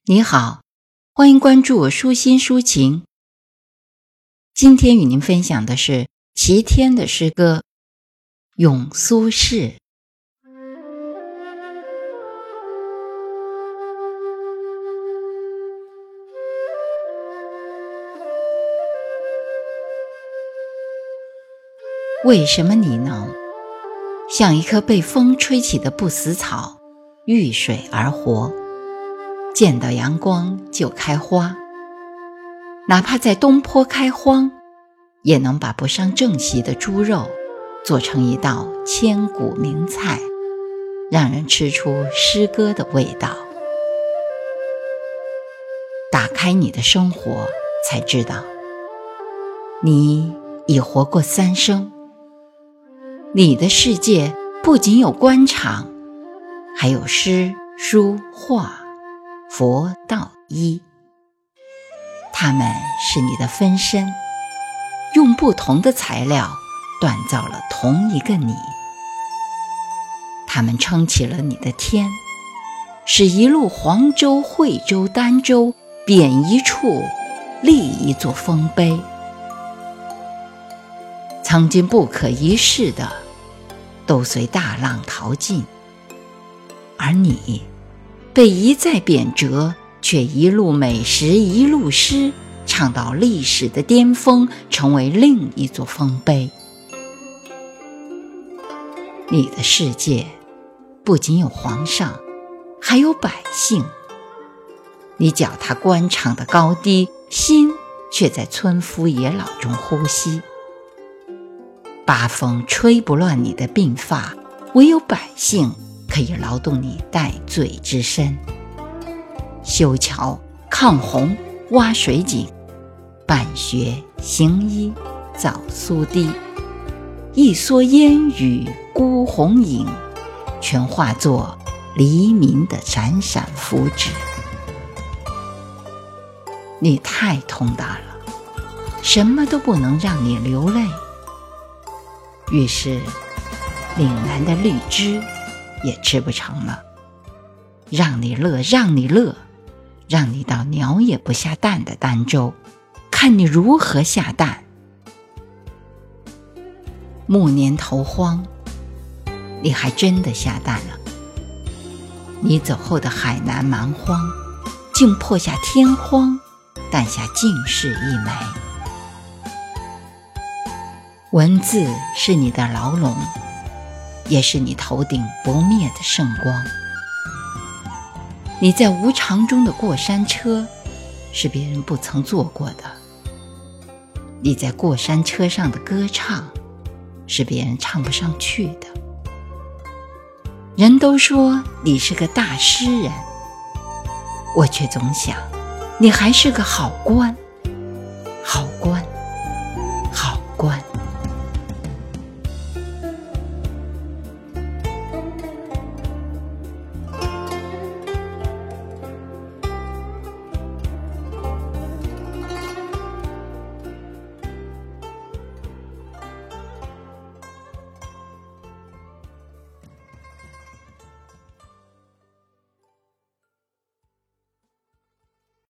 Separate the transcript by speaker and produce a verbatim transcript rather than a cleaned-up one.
Speaker 1: 你好，欢迎关注我舒心抒情。今天与您分享的是齐天的诗歌《咏苏轼》。为什么你能像一棵被风吹起的不死草，遇水而活，见到阳光就开花，哪怕在东坡开荒，也能把不上正席的猪肉做成一道千古名菜，让人吃出诗歌的味道。打开你的生活，才知道你已活过三生。你的世界不仅有官场，还有诗书画佛道医，它们是你的分身，用不同的材料锻造了同一个你。它们撑起了你的天，使一路黄州、惠州、儋州贬一处立一座丰碑。曾经不可一世的都随大浪淘尽，而你被一再贬谪，却一路美食一路诗，唱到历史的巅峰，成为另一座丰碑。你的世界不仅有皇上，还有百姓。你脚踏官场的高低，心却在村夫野老中呼吸。八风吹不乱你的鬓发，唯有百姓可以劳动你戴罪之身。修桥、抗洪、挖水井，办学、行医、造苏堤，一蓑烟雨孤鸿影，全化作黎民的闪闪福祉。你太通达了，什么都不能让你流泪。于是岭南的绿枝也吃不成了，让你乐让你乐，让你到鸟也不下蛋的儋州，看你如何下蛋。暮年头荒，你还真的下蛋了。你走后的海南蛮荒，竟破下天荒，诞下进士一枚。文字是你的牢笼，也是你头顶不灭的圣光。你在无常中的过山车，是别人不曾坐过的。你在过山车上的歌唱，是别人唱不上去的。人都说你是个大诗人，我却总想，你还是个好官。